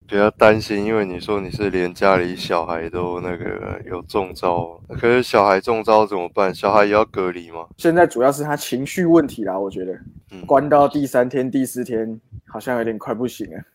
比较担心，因为你说你是连家里小孩都那个有中招，可是小孩中招怎么办？小孩也要隔离吗？ 现在主要是他情绪问题啦，我觉得，关到第3天、第4天，好像有点快不行了。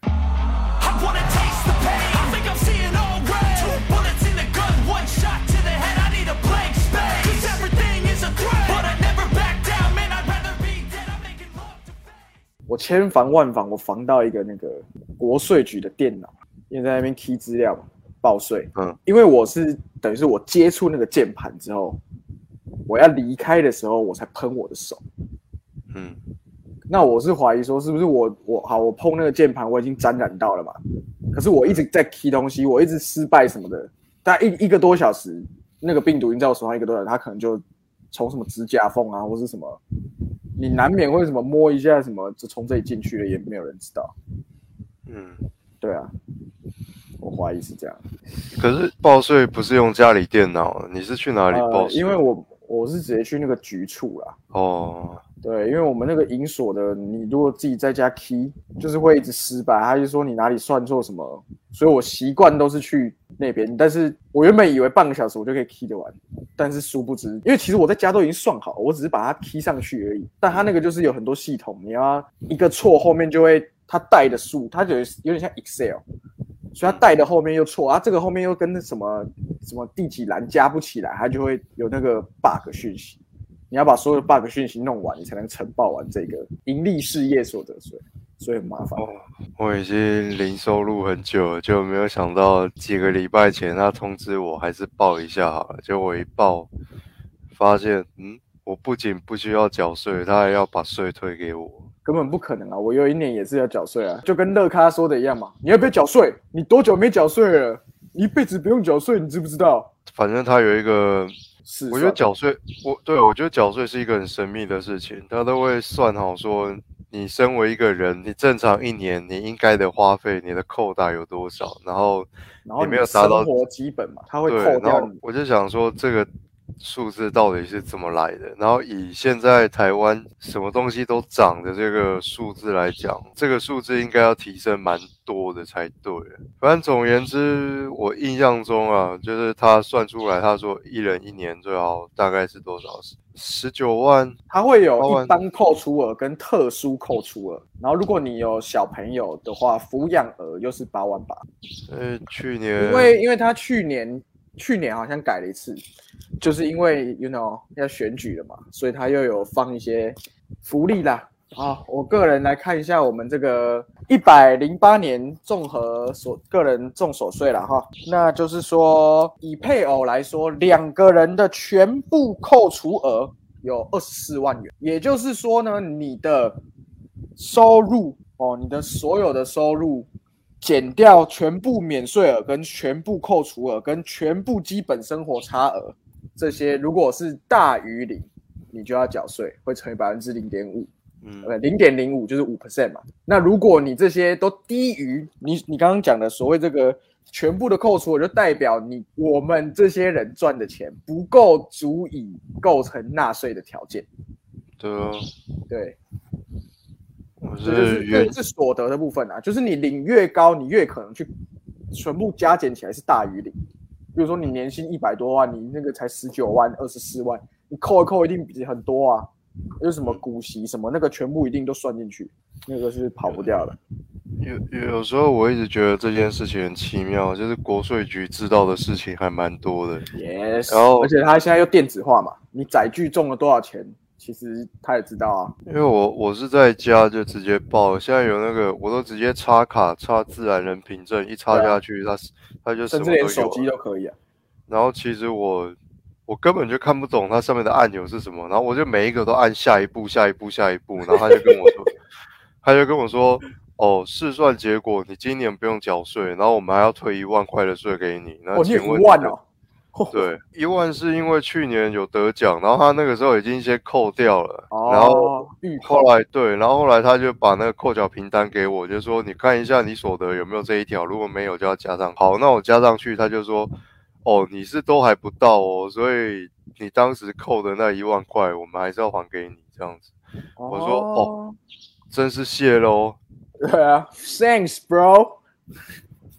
我千防万防，我防到一个那个国税局的电脑，因为在那边 key 资料报税。因为我是等于是我接触那个键盘之后，我要离开的时候，我才喷我的手。那我是怀疑说，是不是我碰那个键盘，我已经沾染到了嘛？可是我一直在 key 东西，我一直失败什么的，大概一个多小时，那个病毒已经在我手上1个多小时，它可能就从什么指甲缝啊，或是什么。你难免会什么摸一下什么，就从这里进去了，也没有人知道。对啊，我怀疑是这样。 可是报税不是用家里电脑，你是去哪里报税？ 因为我是直接去那个局处啦。对，因为我们那个营所的，你如果自己在家 key， 就是会一直失败，他就说你哪里算错什么，所以我习惯都是去那边。但是我原本以为半个小时我就可以 key 得完，但是殊不知，因为其实我在家都已经算好，我只是把它 key 上去而已。但它那个就是有很多系统，你要一个错后面就会它带的数，它有点像 Excel， 所以它带的后面又错啊，这个后面又跟那什么第几栏加不起来，它就会有那个 bug 讯息。你要把所有的 bug 讯息弄完，你才能呈报完这个盈利事业所得税，所以很麻烦。 我已经零收入很久了，就没有想到几个礼拜前他通知我还是报一下好了。结果我一报，发现我不仅不需要缴税，他还要把税退给我。 根本不可能啊！我有1年也是要缴税啊，就跟乐咖说的一样嘛。你要不要缴税？你多久没缴税了？你一辈子不用缴税，你知不知道？ 反正他有一个。我觉得缴税，我觉得缴税是一个很神秘的事情，他都会算好说，你身为一个人，你正常1年你应该的花费，你的扣打有多少，然后你没有达到生活基本嘛，他会扣掉你。 我就想说这个数字到底是怎么来的？然后以现在台湾什么东西都涨的这个数字来讲，这个数字应该要提升蛮多的才对。反正总而言之，我印象中啊，就是他算出来，他说1人1年最好大概是多少？19万。 他会有一般扣除额跟特殊扣除额，然后如果你有小朋友的话，抚养额又是8万8。 去年因为他去年好像改了一次，就是因为 要选举了嘛，所以他又有放一些福利啦。我个人来看一下我们这个108年综合个人综所税啦哈，那就是说以配偶来说，2个人的全部扣除额有24万元，也就是说呢，你的收入你的所有的收入减掉全部免税额跟全部扣除额跟全部基本生活差额，这些如果是大于0，你就要缴税，会乘以 0.5%。0.05 就是 5% 嘛。那如果你这些都低于你刚刚讲的所谓这个全部的扣除，就代表我们这些人赚的钱不够足以构成纳税的条件。对，这是所得的部分啊，就是你领越高，你越可能去全部加减起来是大于0。比如说你年薪100多万，你那个才19万、24万，你扣一扣一定比很多啊。有什么股息什么那个全部一定都算进去，那个是跑不掉的。 有时候我一直觉得这件事情很奇妙，就是国税局知道的事情还蛮多的。 Yes， 然后而且他现在又电子化嘛，你载具中了多少钱，其实他也知道啊。 因为我是在家就直接报，现在有那个我都直接插卡插自然人凭证，一插下去他就什么都有， 甚至连手机都可以啊。 然后其实我根本就看不懂它上面的按钮是什么，然后我就每一个都按下一步，然后他就跟我说，试算结果你今年不用缴税，然后我们还要退1万块的税给你。那请问 1万哦？ 对，1万是因为去年有得奖，然后他那个时候已经先扣掉了，然后后来他就把那个扣缴凭单给我，就说你看一下你所得有没有这一条，如果没有就要加上。好，那我加上去，他就说。你是都还不到所以你当时扣的那1万块，我们还是要还给你这样子。我说真是谢喽。 对啊 ，Thanks bro。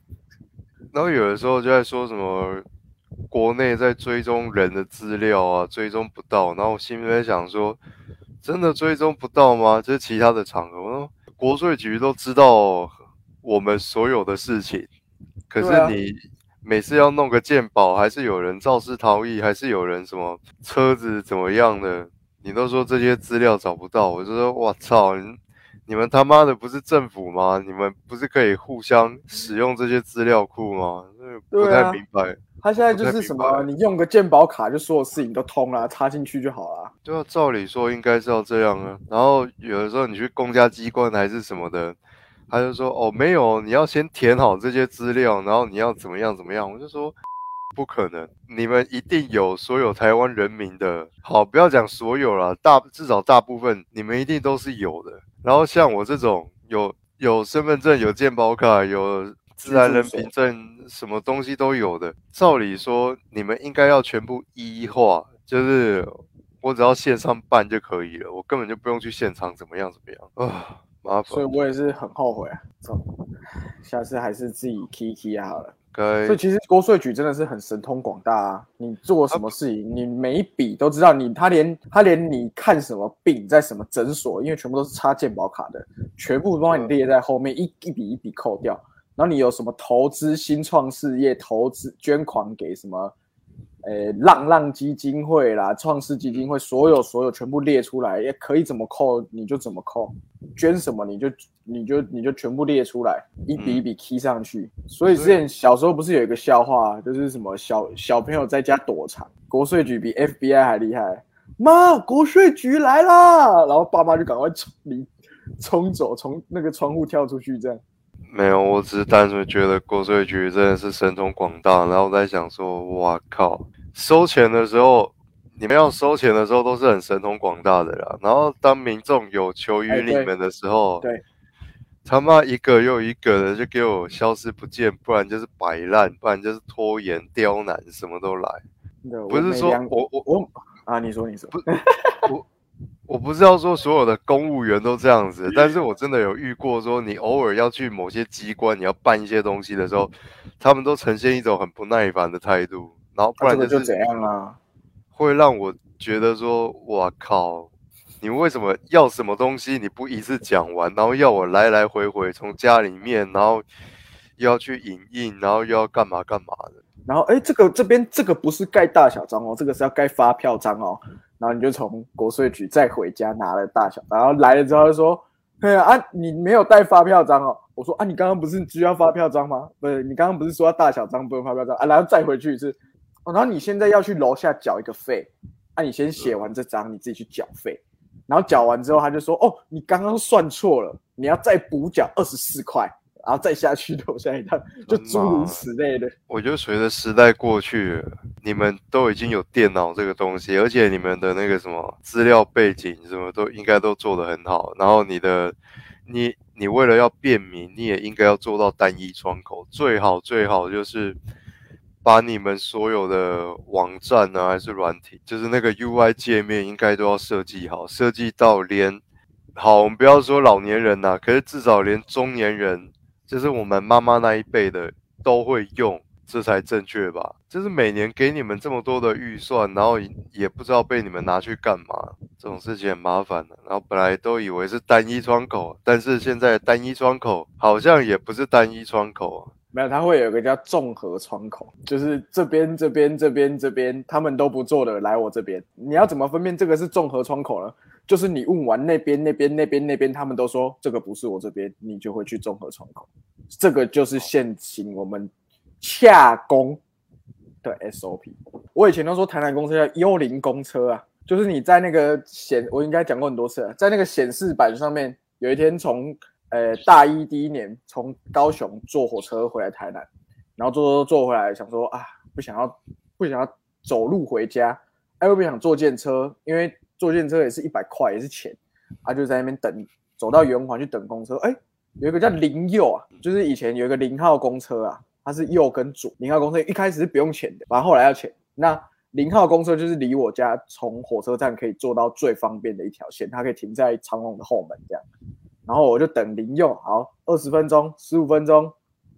然后有的时候就在说什么国内在追踪人的资料啊，追踪不到，然后我心里在想说，真的追踪不到吗？这是其他的场合，我说国税局都知道我们所有的事情，可是你每次要弄个健保，还是有人肇事逃逸，还是有人什么车子怎么样的，你都说这些资料找不到，我就说我操，你们他妈的不是政府吗？你们不是可以互相使用这些资料库吗？不太明白。 他现在就是什么，你用个健保卡就所有事情都通了，插进去就好了。 对啊，照理说应该是要这样啊。然后有的时候你去公家机关还是什么的，他就说哦没有，你要先填好这些资料，然后你要怎么样怎么样。我就说不可能，你们一定有所有台湾人民的，好，不要讲所有啦，至少大部分你们一定都是有的。然后像我这种有身份证、有健保卡、有自然人凭证，什么东西都有的，照理说你们应该要全部一化，就是我只要线上办就可以了，我根本就不用去现场怎么样啊，麻烦。 所以我也是很后悔啊，下次还是自己 key 好了。所以其实国税局真的是很神通广大啊！你做什么事情，你每一笔都知道他连你看什么病，在什么诊所，因为全部都是插健保卡的，全部帮你列在后面，一笔一笔扣掉。然后你有什么投资新创事业，投资捐款给什么，浪基金会啦，创世基金会，所有全部列出来，也可以怎么扣你就怎么扣，捐什么你就全部列出来，一笔一笔 key 上去。所以之前小时候不是有一个笑话，就是什么小朋友在家躲藏，国税局比 FBI 还厉害，妈，国税局来啦！然后爸妈就赶快冲走，从那个窗户跳出去这样。 没有，我只是单纯觉得国税局真的是神通广大，然后我在想说，哇靠，收钱的时候，你们要收钱的时候都是很神通广大的啦，然后当民众有求于你们的时候， 对， 他妈一个又一个的就给我消失不见，不然就是摆烂，不然就是拖延刁难，什么都来。不是说我啊，你说我不是要说所有的公务员都这样子，但是我真的有遇过说，你偶尔要去某些机关，你要办一些东西的时候，他们都呈现一种很不耐烦的态度，然后不然就怎样啊？ 会让我觉得说，哇靠，你为什么要什么东西你不一次讲完，然后要我来来回回从家里面，然后又要去影印，然后又要干嘛干嘛的。 然后这边这个不是盖大小章哦，这个是要盖发票章哦。然后你就从国税局再回家拿了大小，然后来了之后就说：“你没有带发票章哦。”我说：“你刚刚不是需要发票章吗？不是，你刚刚不是说要大小章不用发票章啊？”然后再回去一次，然后你现在要去楼下缴一个费，你先写完这张，你自己去缴费。然后缴完之后，他就说：“哦，你刚刚算错了，你要再补缴24块。”然后再下去楼下一趟，就诸如此类的。 我觉得随着时代过去，你们都已经有电脑这个东西，而且你们的那个什么资料背景什么都应该都做得很好。然后你为了要便民，你也应该要做到单一窗口，最好就是把你们所有的网站呢，还是软体，就是那个 UI 界面应该都要设计好，设计到好，我们不要说老年人可是至少连中年人。就是我们妈妈那一辈的都会用，这才正确吧？就是每年给你们这么多的预算，然后也不知道被你们拿去干嘛，这种事情很麻烦的。然后本来都以为是单一窗口，但是现在单一窗口好像也不是单一窗口。 没有，它会有一个叫综合窗口，就是这边他们都不做的，来我这边。你要怎么分辨这个是综合窗口呢？就是你问完那边，他们都说这个不是我这边，你就会去综合窗口。这个就是现行我们洽公的 SOP。我以前都说台南公车叫幽灵公车啊，就是你在那个我应该讲过很多次了，在那个显示板上面，有一天从大一第一年从高雄坐火车回来台南，然后坐回来想说不想要走路回家，又不想坐电车，因为坐电车也是100块，也是钱，就在那边等，走到圆环去等公车。有一个叫0右啊，就是以前有一个0号公车啊，它是右跟左。0号公车一开始是不用钱的，反正后来要钱。那0号公车就是离我家从火车站可以坐到最方便的一条线，它可以停在长隆的后门这样。然后我就等0右，好，20分钟、15分钟、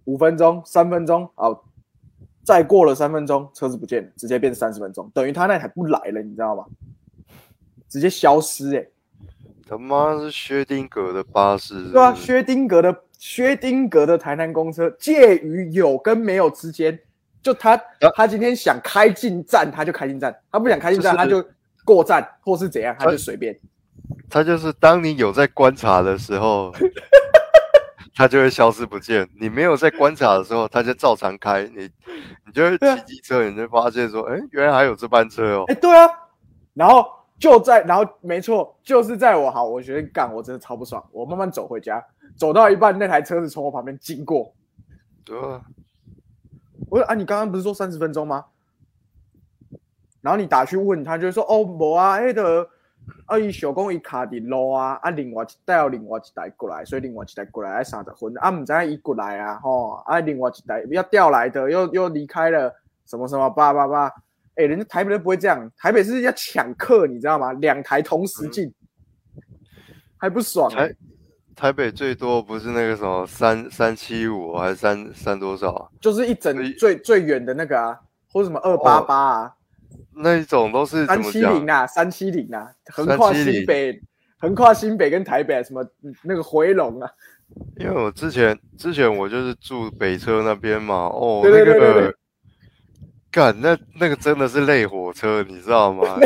5分钟、3分钟，哦，再过了3分钟，车子不见了，直接变30分钟，等于他那台不来了，你知道吗？直接消失欸。 他妈是薛丁格的巴士是不是？ 对啊，薛丁格的台南公车，介于有跟没有之间。就他今天想开进站，他就开进站；他不想开进站，他就过站，或是怎样，他就随便。 他就是当你有在观察的时候，他就会消失不见；你没有在观察的时候，他就照常开。你就会骑机车，你就发现说，原来还有这班车哦。 对啊，然后没错，就是在我觉得干，我真的超不爽。我慢慢走回家，走到一半，那台车子从我旁边经过。 对啊。 我说你刚刚不是说30分钟吗？然后你打去问他，就会说没啊，伊想讲伊卡伫路啊，另外一台过来，所以另外一台过来要30分啊，唔知伊过来啊，另外一台要调来的又离开了，什么什么叭，人家台北都不会这样，台北是要抢客，你知道吗？2台同时进，还不爽台北最多不是那个什么375还是三多少啊？ 就是一整最远的那个啊，或者什么288啊， 那一种都是 370啊，370啊，横跨新北跟台北什么那个回龙啊。 因为我之前我就是住北车那边嘛， 对干那个真的是类火车，你知道吗？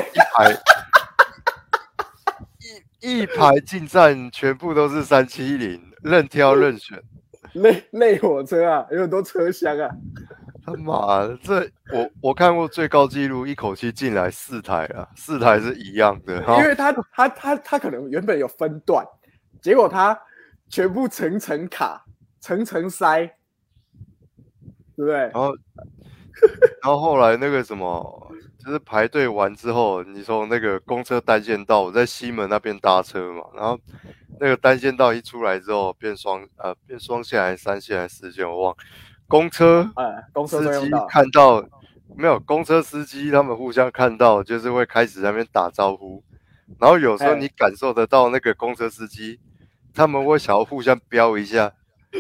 一排进站全部都是370，任挑任选。 类火车啊，有很多车厢啊。 他妈的，我看过最高纪录，一口气进来4台啊，4台是一样的。 因为他可能原本有分段，结果他全部层层卡，层层塞，对不对？ 然后后来那个什么，就是排队完之后，你从那个公车单线道，我在西门那边搭车嘛，然后那个单线道一出来之后变双线还是3线还是4线，我忘。公车司机看到没有？公车司机他们互相看到，就是会开始在那边打招呼，然后有时候你感受得到那个公车司机他们会想要互相飙一下。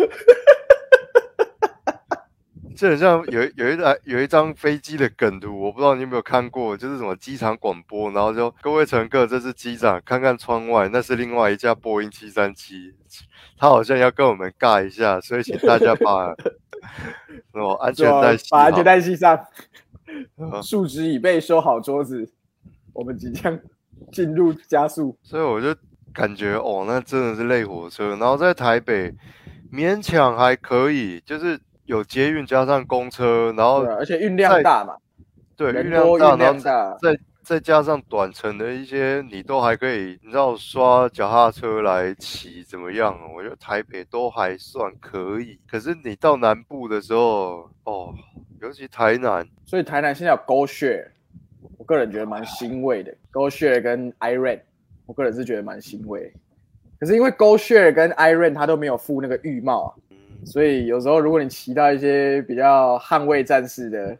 就很像有一张飞机的梗图，我不知道你有没有看过，就是什么机场广播，然后就各位乘客，这是机长，看看窗外，那是另外一架波音737，他好像要跟我们尬一下，所以请大家把安全带系好， 把安全带系上，数值已被收好桌子，我们即将进入加速。 所以我就感觉那真的是类火车。然后在台北勉强还可以，就是有捷运加上公车，然后而且运量大嘛， 对，运量大，然后再加上短程的一些，你都还可以，你知道刷脚踏车来骑怎么样？我觉得台北都还算可以。可是你到南部的时候，尤其台南， 所以台南现在有 GoShare， 我个人觉得蛮欣慰的。GoShare 跟 iRent， 我个人是觉得蛮欣慰的。可是因为 GoShare 跟 iRent 它都没有附那个浴帽啊，所以有时候如果你骑到一些比较捍卫战士的。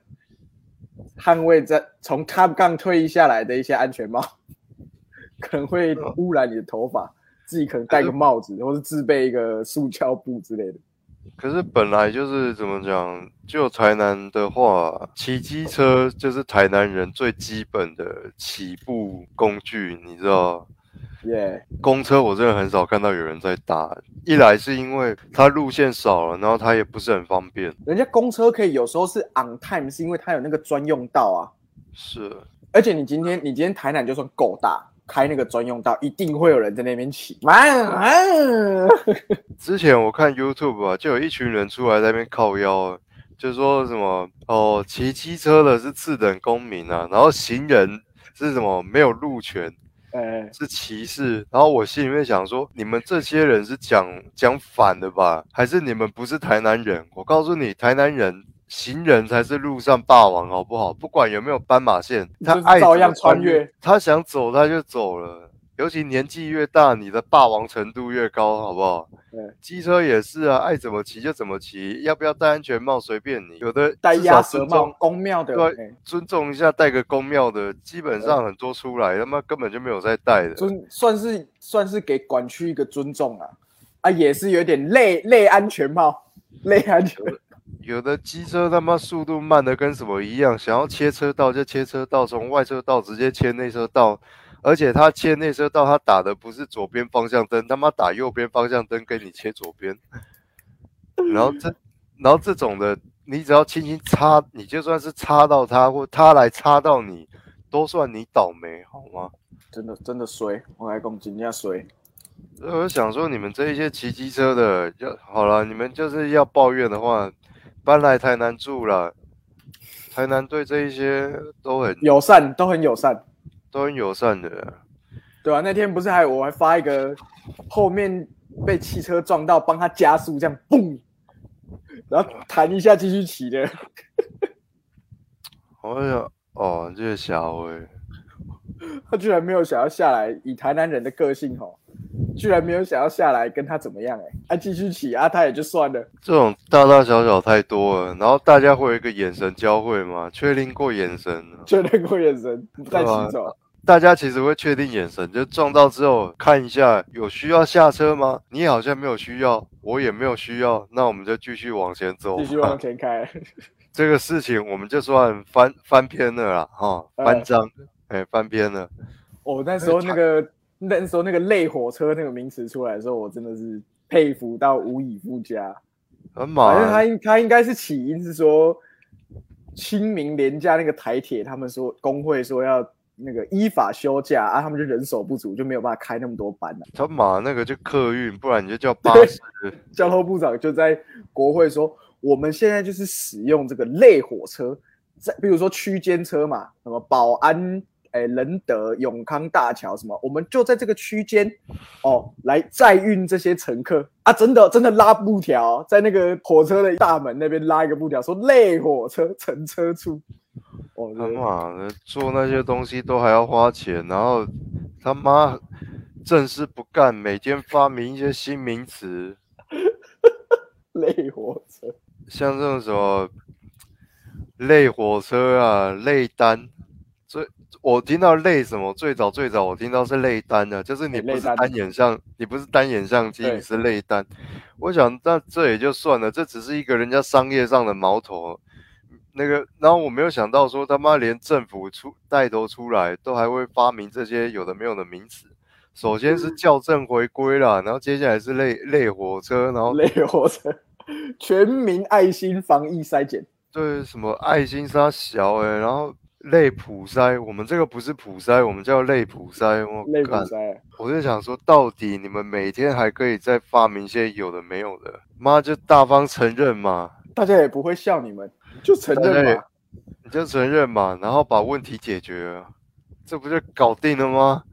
从 Top Gun 退役下来的一些安全帽，可能会污染你的头发，自己可能戴个帽子，或是自备一个塑胶布之类的。 可是本来就是怎么讲，就台南的话，骑机车就是台南人最基本的起步工具，你知道？公车我真的很少看到有人在搭，一来是因为它路线少了，然后它也不是很方便。 人家公车可以有时候是 on time， 是因为它有那个专用道啊。 是， 而且你今天台南就算够大，开那个专用道，一定会有人在那边骑。 之前我看 YouTube 啊，就有一群人出来在那边靠腰，就说什么骑机车的是次等公民啊，然后行人是什么没有路权。是歧视，然后我心里面想说，你们这些人是讲反的吧？还是你们不是台南人？我告诉你，台南人行人才是路上霸王，好不好？不管有没有斑马线，他爱照样穿越， 他想走他就走了。尤其年纪越大，你的霸王程度越高，好不好？机车也是啊，爱怎么骑就怎么骑，要不要戴安全帽随便你。有的戴鸭舌帽，公庙的， 对，尊重一下，戴个公庙的，基本上很多出来他妈根本就没有在戴的。 算是给管区一个尊重啊，也是有点类安全帽。 累安全。 有的机车他妈速度慢的跟什么一样，想要切车道就切车道，从外车道直接切内车道，而且他切内车道，他打的不是左边方向灯，他妈打右边方向灯跟你切左边，然后这种的，你只要轻轻擦，你就算是擦到他或他来擦到你，都算你倒霉，好吗？ 真的衰，我来讲真正衰。 我想说，你们这一些骑机车的，就好了，你们就是要抱怨的话，搬来台南住了。台南对这一些都很友善，都很友善， 都很友善的。 对啊，那天不是我还发一个后面被汽车撞到，帮他加速，这样嘣，然后弹一下继续骑的。 我想，哦，这个小伟， 他居然没有想要下来，以台南人的个性居然没有想要下来跟他怎么样继续骑啊，他也就算了。 这种大大小小太多了，然后大家会有一个眼神交汇吗？确定过眼神， 确认过眼神，再骑走。 大家其实会确定眼神，就撞到之后看一下有需要下车吗？你好像没有需要，我也没有需要，那我们就继续往前走， 继续往前开。 这个事情我们就算翻篇了啦，翻章，翻篇了。 那时候那个类火车那个名词出来的时候，我真的是佩服到无以复加。反正他应该是起因是说清明连假那个台铁，他们说工会说要那个依法休假啊，他们就人手不足，就没有办法开那么多班了。 他妈那个就客运，不然你就叫巴士。 交通部长就在国会说，我们现在就是使用这个类火车，比如说区间车嘛，什么保安、仁德、永康大桥什么，我们就在这个区间来载运这些乘客啊，真的拉布条，在那个火车的大门那边拉一个布条，说类火车乘车处。 他妈的做那些东西都还要花钱，然后他妈正事不干，每天发明一些新名词， 类火车， 像这种什么类火车啊、类单，我听到类什么，最早我听到是类单的，就是你不是单眼相机，你是类单。我想那这也就算了，这只是一个人家商业上的矛头。那个，然后我没有想到说他妈连政府带头出来，都还会发明这些有的没有的名词。首先是校正回归啦，然后接下来是类火车，然后类火车，全民爱心防疫筛检， 对，什么爱心杀小然后类普筛，我们这个不是普筛，我们叫类普筛。 类普筛， 我就想说，到底你们每天还可以再发明些有的没有的，妈就大方承认嘛， 大家也不会笑你们。就承认嘛， 你就承认嘛，然后把问题解决了，这不就搞定了吗？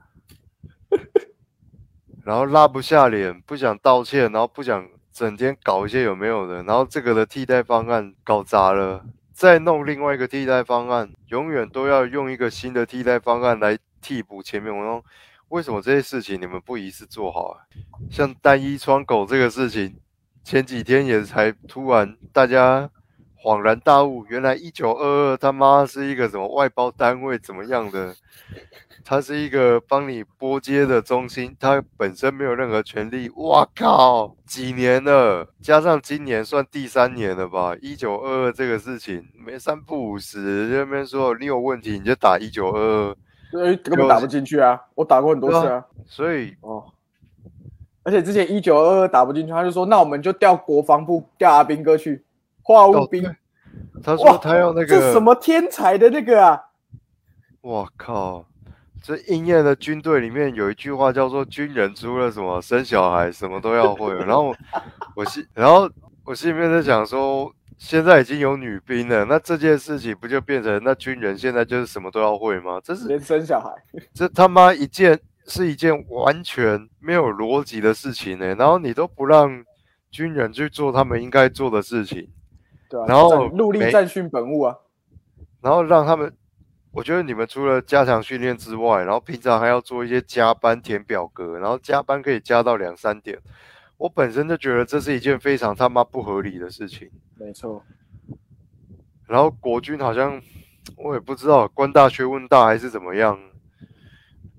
然后拉不下脸，不想道歉，然后不想整天搞一些有没有的，然后这个的替代方案搞砸了，再弄另外一个替代方案，永远都要用一个新的替代方案来替补前面。为什么这些事情你们不一次做好啊？像单一窗口这个事情，前几天也才突然大家恍然大悟，原来1922他妈是一个什么外包单位怎么样的？它是一个帮你拨接的中心，它本身没有任何权利。哇靠，几年了？加上今年算第3年了吧？1922这个事情没3不5时，那边说你有问题你就打1922， 根本打不进去啊！我打过很多次啊。 所以而且之前1922打不进去，他就说那我们就调国防部调阿兵哥去。化务兵， 他说他要那个， 这什么天才的那个啊！ 我靠，这应验的军队里面有一句话叫做“军人除了什么生小孩，什么都要会”。然后我心里面在想说，现在已经有女兵了，那这件事情不就变成那军人现在就是什么都要会吗？这是连生小孩， 这他妈一件完全没有逻辑的事情然后你都不让军人去做他们应该做的事情。 对啊， 然后陆力战训本务啊， 然后让他们，我觉得你们除了加强训练之外，然后平常还要做一些加班填表格，然后加班可以加到2、3点，我本身就觉得这是一件非常他妈不合理的事情。 没错。 然后国军好像我也不知道官大学问大还是怎么样，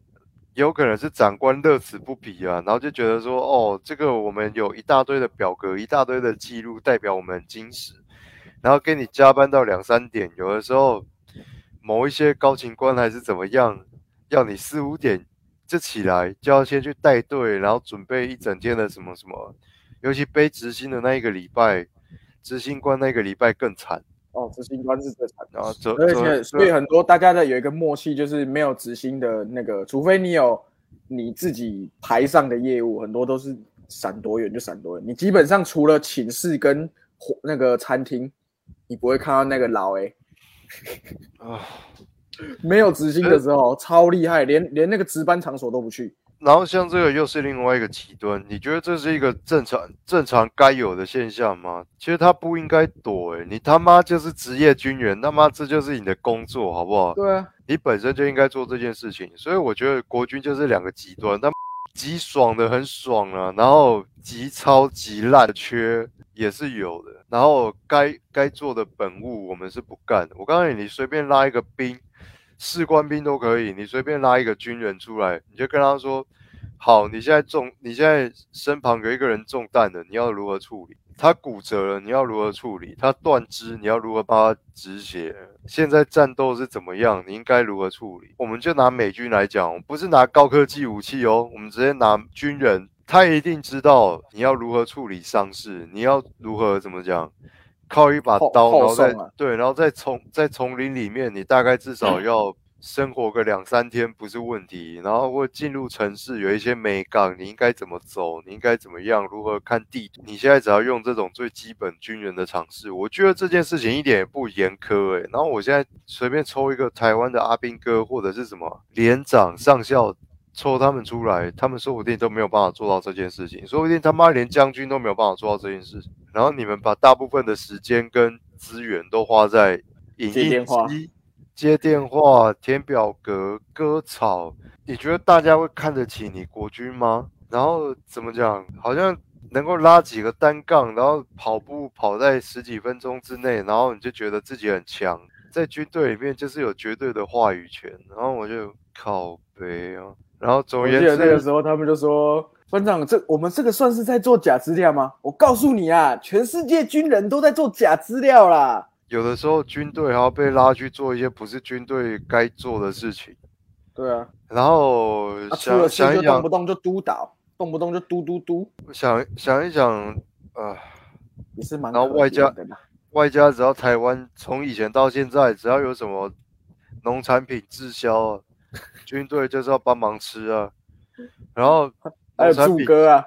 也有可能是长官乐此不疲啊，然后就觉得说，哦，这个我们有一大堆的表格，一大堆的记录，代表我们很精实，然后给你加班到2、3点，有的时候某一些高勤官还是怎么样，要你4、5点就起来，就要先去带队，然后准备一整天的什么什么，尤其背执行的那一个礼拜，执行官那个礼拜更惨。 哦，执行官是最惨的， 然后所以很多大家的有一个默契，就是没有执行的那个，除非你有你自己排上的业务，很多都是闪多远就闪多远。你基本上除了寝室跟那个餐厅，你不会看到那个老啊， 没有执行的时候超厉害，连那个值班场所都不去。 然后像这个又是另外一个极端，你觉得这是一个正常该有的现象吗？其实他不应该躲你他妈就是职业军人，他妈这就是你的工作，好不好？ 对啊， 你本身就应该做这件事情，所以我觉得国军就是两个极端，他极爽的很爽啊，然后极超级烂的缺也是有的，然后该做的本务我们是不干的。我告诉你，你随便拉一个兵。士官兵都可以，你随便拉一个军人出来，你就跟他说：好，你现在身旁有一个人中弹了，你要如何处理？他骨折了，你要如何处理？他断肢，你要如何帮他止血？现在战斗是怎么样？你应该如何处理？我们就拿美军来讲，不是拿高科技武器哦，我们直接拿军人，他一定知道你要如何处理伤势，你要如何怎么讲？靠一把刀，然后对，然后在丛林里面，你大概至少要生活个2、3天不是问题。然后或进入城市，有一些美港，你应该怎么走，你应该怎么样，如何看地图。你现在只要用这种最基本军人的常识，我觉得这件事情一点也不严苛然后我现在随便抽一个台湾的阿兵哥或者是什么连长、上校。抽他们出来，他们说不定都没有办法做到这件事情，说不定他妈连将军都没有办法做到这件事情。然后你们把大部分的时间跟资源都花在影印机、接电话、填表格、割草，你觉得大家会看得起你国军吗？然后怎么讲，好像能够拉几个单杠，然后跑步跑在10几分钟之内，然后你就觉得自己很强，在军队里面就是有绝对的话语权。然后我就靠北啊。然后总而言之， 我记得那个时候他们就说：“班长，我们这个算是在做假资料吗？我告诉你啊，全世界军人都在做假资料啦。 有的时候军队还要被拉去做一些不是军队该做的事情。 对啊， 然后出了事就动不动就督导，动不动就嘟。 想一想， 也是蛮。 然后外加只要台湾从以前到现在，只要有什么农产品滞销啊。”军队就是要帮忙吃啊，然后还有驻歌啊，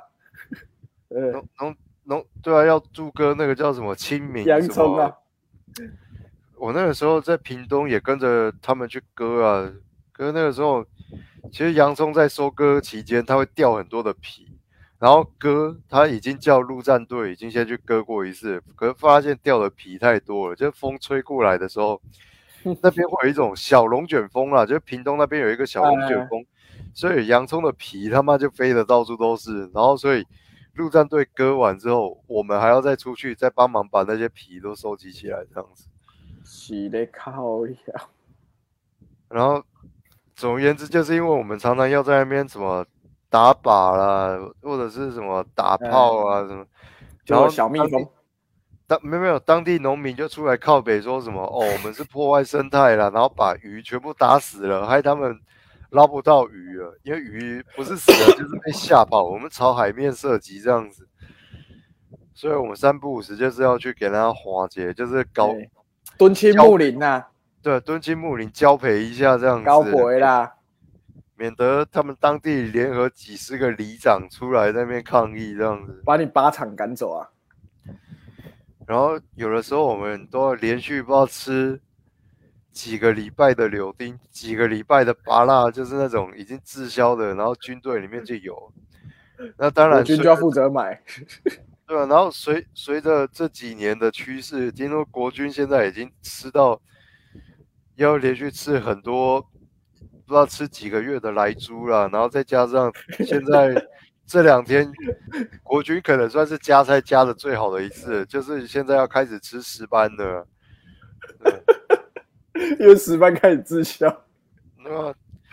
对啊，要驻歌那个叫什么清明洋葱啊。 我那个时候在屏东也跟着他们去割啊，可是那个时候其实洋葱在收割期间它会掉很多的皮，然后割他已经叫陆战队已经先去割过一次，可是发现掉的皮太多了，就风吹过来的时候。那边会有一种小龙卷风啦，就是屏东那边有一个小龙卷风，所以洋葱的皮他妈就飞得到处都是。然后所以陆战队割完之后，我们还要再出去再帮忙把那些皮都收集起来，这样子。 是咧靠呀。 然后总而言之，就是因为我们常常要在那边什么打靶啦，或者是什么打炮啊什么， 然后小蜜蜂。 没有，当地农民就出来靠北说什么我们是破坏生态啦，然后把鱼全部打死了，害他们捞不到鱼了，因为鱼不是死了就是被吓跑，我们朝海面射击这样子，所以我们3不5时就是要去给他化解，就是搞敦亲睦邻呐， 对，敦亲睦邻交配一下这样子， 高回啦， 免得他们当地联合几10个里长出来在那边抗议这样子， 把你靶场赶走啊。 然后有的时候我们都要连续不知道吃几个礼拜的柳丁，几个礼拜的芭乐，就是那种已经滞销的，然后军队里面就有。那当然， 军就要负责买。 对啊，然后随着这几年的趋势，听说国军现在已经吃到要连续吃很多，不知道吃几个月的来猪了，然后再加上现在。这2天，国军可能算是加菜加的最好的一次，就是现在要开始吃石斑了， 因为石斑开始滞销。 那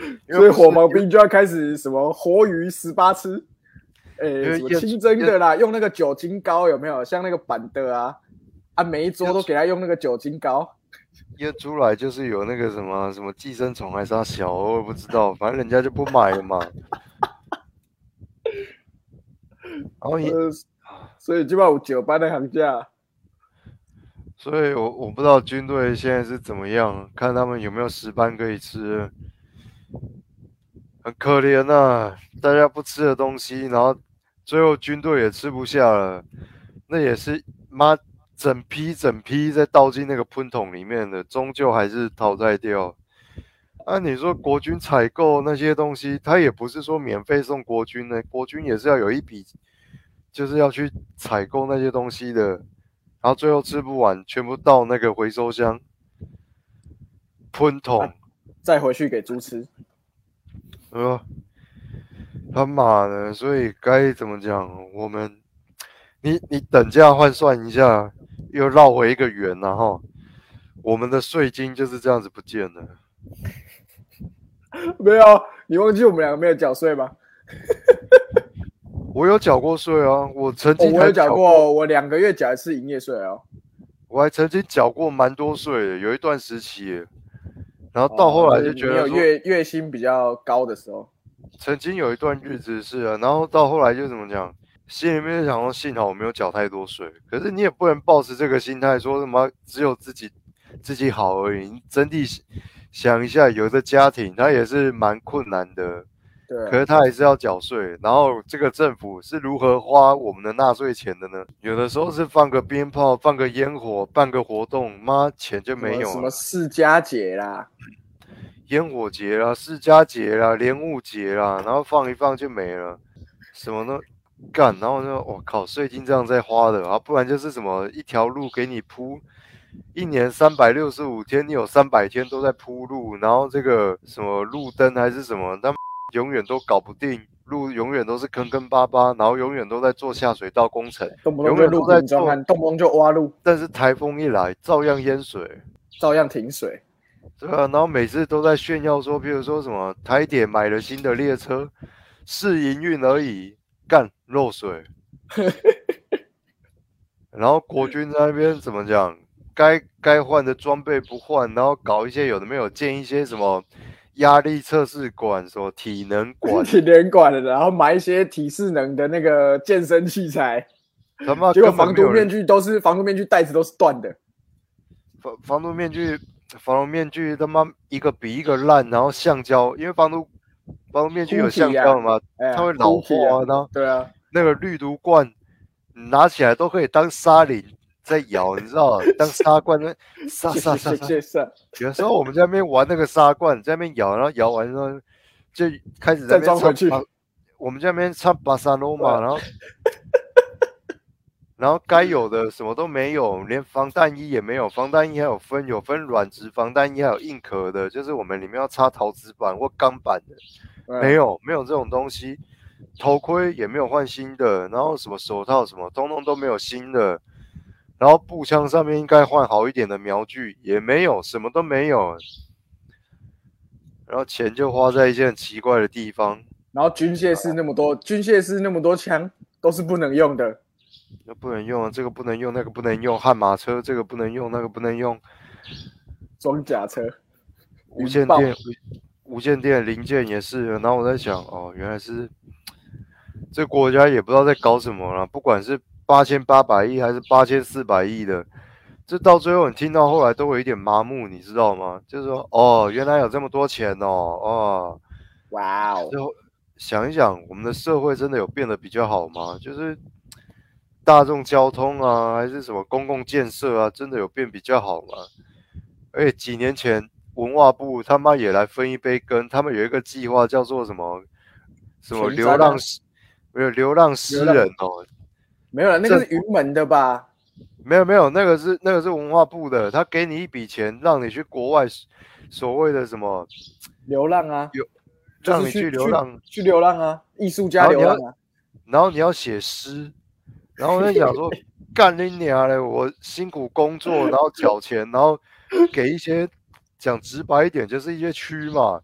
所以火毛兵就要开始什么活鱼18吃，什么清蒸的啦，用那个酒精膏有没有？像那个板的啊，每一桌都给他用那个酒精膏。 验出来就是有那个什么寄生虫还是它小，我也不知道，反正人家就不买了嘛。然后所以就把我9班的行价。 所以我不知道军队现在是怎么样，看他们有没有10班可以吃。很可怜啊，大家不吃的东西，然后最后军队也吃不下了，那也是妈整批再倒进那个喷桶里面的，终究还是淘汰掉。你说国军采购那些东西，他也不是说免费送国军呢，国军也是要有一笔，就是要去采购那些东西的，然后最后吃不完，全部倒那个回收箱、喷桶， 再回去给猪吃。 他妈的，所以该怎么讲？你等价换算一下，又绕回一个圆，然后我们的税金就是这样子不见了。 没有，你忘记我们两个没有缴税吗？ 我有缴过税啊，我曾经我有缴过，我2个月缴一次营业税哦。 我还曾经缴过蛮多税的，有一段时期。然后到后来就觉得你有月薪比较高的时候， 曾经有一段日子是啊，然后到后来就怎么讲，心里面就想说幸好我没有缴太多税，可是你也不能抱持这个心态说什么只有自己好而已。你整体想一下，有的家庭他也是蛮困难的， 对， 可是他还是要缴税。然后这个政府是如何花我们的纳税钱的呢？有的时候是放个鞭炮，放个烟火，办个活动，妈钱就没有了。 什么释迦节啦。 烟火节啦、释迦节啦、莲雾节啦，然后放一放就没了，什么都干。然后呢，我靠，税金这样在花的啊，不然就是什么一条路给你铺，一年365天，你有300天都在铺路，然后这个什么路灯还是什么，他们永远都搞不定，路永远都是坑坑巴巴，然后永远都在做下水道工程， 动不动就路平专案，动不动就挖路， 但是台风一来，照样淹水， 照样停水。 对啊，然后每次都在炫耀说，比如说什么台铁买了新的列车，试营运而已，干漏水。然后国军在那边怎么讲，该换的装备不换，然后搞一些有的没有，建一些什么压力测试馆、什么体能馆、 体能馆的，然后买一些体适能的那个健身器材。 他妈结果防毒面具带子都是断的。 防毒面具他妈一个比一个烂，然后橡胶，因为防毒面具有橡胶嘛，它会老化啊。然后对啊， 那个滤毒罐拿起来都可以当沙林在摇，你知道吗？当沙罐在沙。有时候我们在那边玩那个沙罐，在那边摇，然后摇完之后就开始在那边装回去。 我们在那边唱巴萨罗嘛，然后该有的什么都没有，连防弹衣也没有。防弹衣还有分软质防弹衣，还有硬壳的，就是我们里面要插陶瓷板或钢板的，没有这种东西。头盔也没有换新的，然后什么手套什么，通通都没有新的。然后步枪上面应该换好一点的瞄具，也没有，什么都没有。然后钱就花在一些很奇怪的地方。 然后军械室那么多枪都是不能用的。 那不能用啊，这个不能用，那个不能用，悍马车这个不能用，那个不能用， 装甲车， 无线电零件也是。然后我在想，哦，原来是这国家也不知道在搞什么了，不管是8800亿还是8400亿的，这到最后你听到后来都会有一点麻木，你知道吗？就是说，哦，原来有这么多钱哦， 哇哦！ 最后想一想，我们的社会真的有变得比较好吗？就是大众交通啊，还是什么公共建设啊，真的有变比较好吗？而且几年前文化部他妈也来分一杯羹，他们有一个计划叫做什么流浪诗人哦， 没有了，那个是云门的吧？ 没有，那个是文化部的，他给你一笔钱，让你去国外所谓的什么流浪啊， 让你去流浪啊，艺术家流浪啊， 然后你要写诗。然后我在想说，干你娘嘞！我辛苦工作，然后缴钱，然后给一些讲直白一点，就是一些区嘛。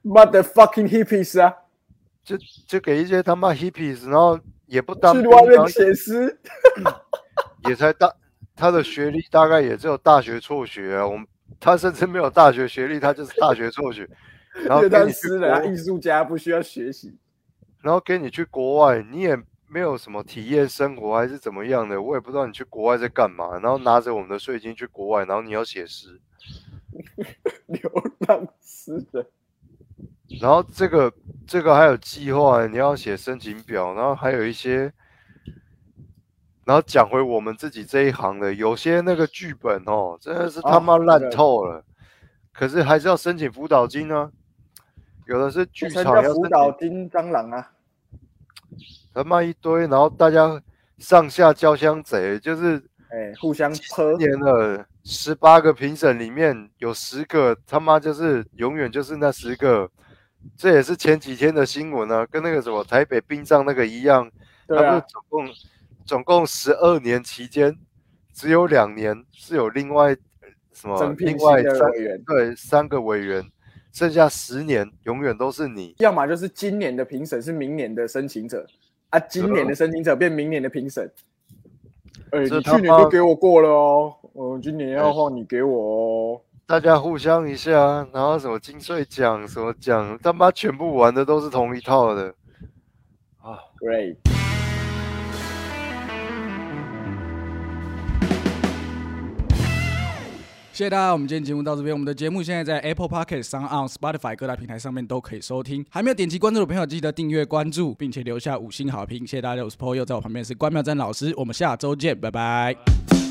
motherfucking hippies 啊， 就给一些他妈 hippies， 然后也不当兵， 去外面写诗， 也才他的学历大概也只有大学辍学啊，他甚至没有大学学历，他就是大学辍学，然后给你去艺术家不需要学习， 然后给你去国外，你也没有什么体验生活还是怎么样的，我也不知道你去国外在干嘛，然后拿着我们的税金去国外，然后你要写诗， 流浪诗人。 然后这个还有计划，你要写申请表，然后还有一些，然后讲回我们自己这一行的，有些那个剧本哦，真的是他妈烂透了，可是还是要申请辅导金啊。有的是剧场要辅导金蟑螂啊， 他妈一堆，然后大家上下交相贼，就是互相泼。 年了18个评审里面有10个他妈就是永远就是那10个。这也是前几天的新闻啊，跟那个什么台北殡葬那个一样，他不是总共12年期间，只有2年是有另外什么另外3个委员，剩下10年永远都是你。 要么就是今年的评审是明年的申请者啊，今年的申请者变明年的评审。你去年就给我过了哦，今年要换你给我哦。 大家互相一下，然后什么金穗奖什么奖，他妈全部玩的都是同一套的啊 ！Great， 谢谢大家，我们今天节目到这边。我们的节目现在在 Apple Podcast、SoundOn、Spotify 各大平台上面都可以收听。还没有点击关注的朋友，记得订阅关注，并且留下5星好评。谢谢大家，我是 Paul， 在我旁边是关妙珍老师，我们下周见，拜拜。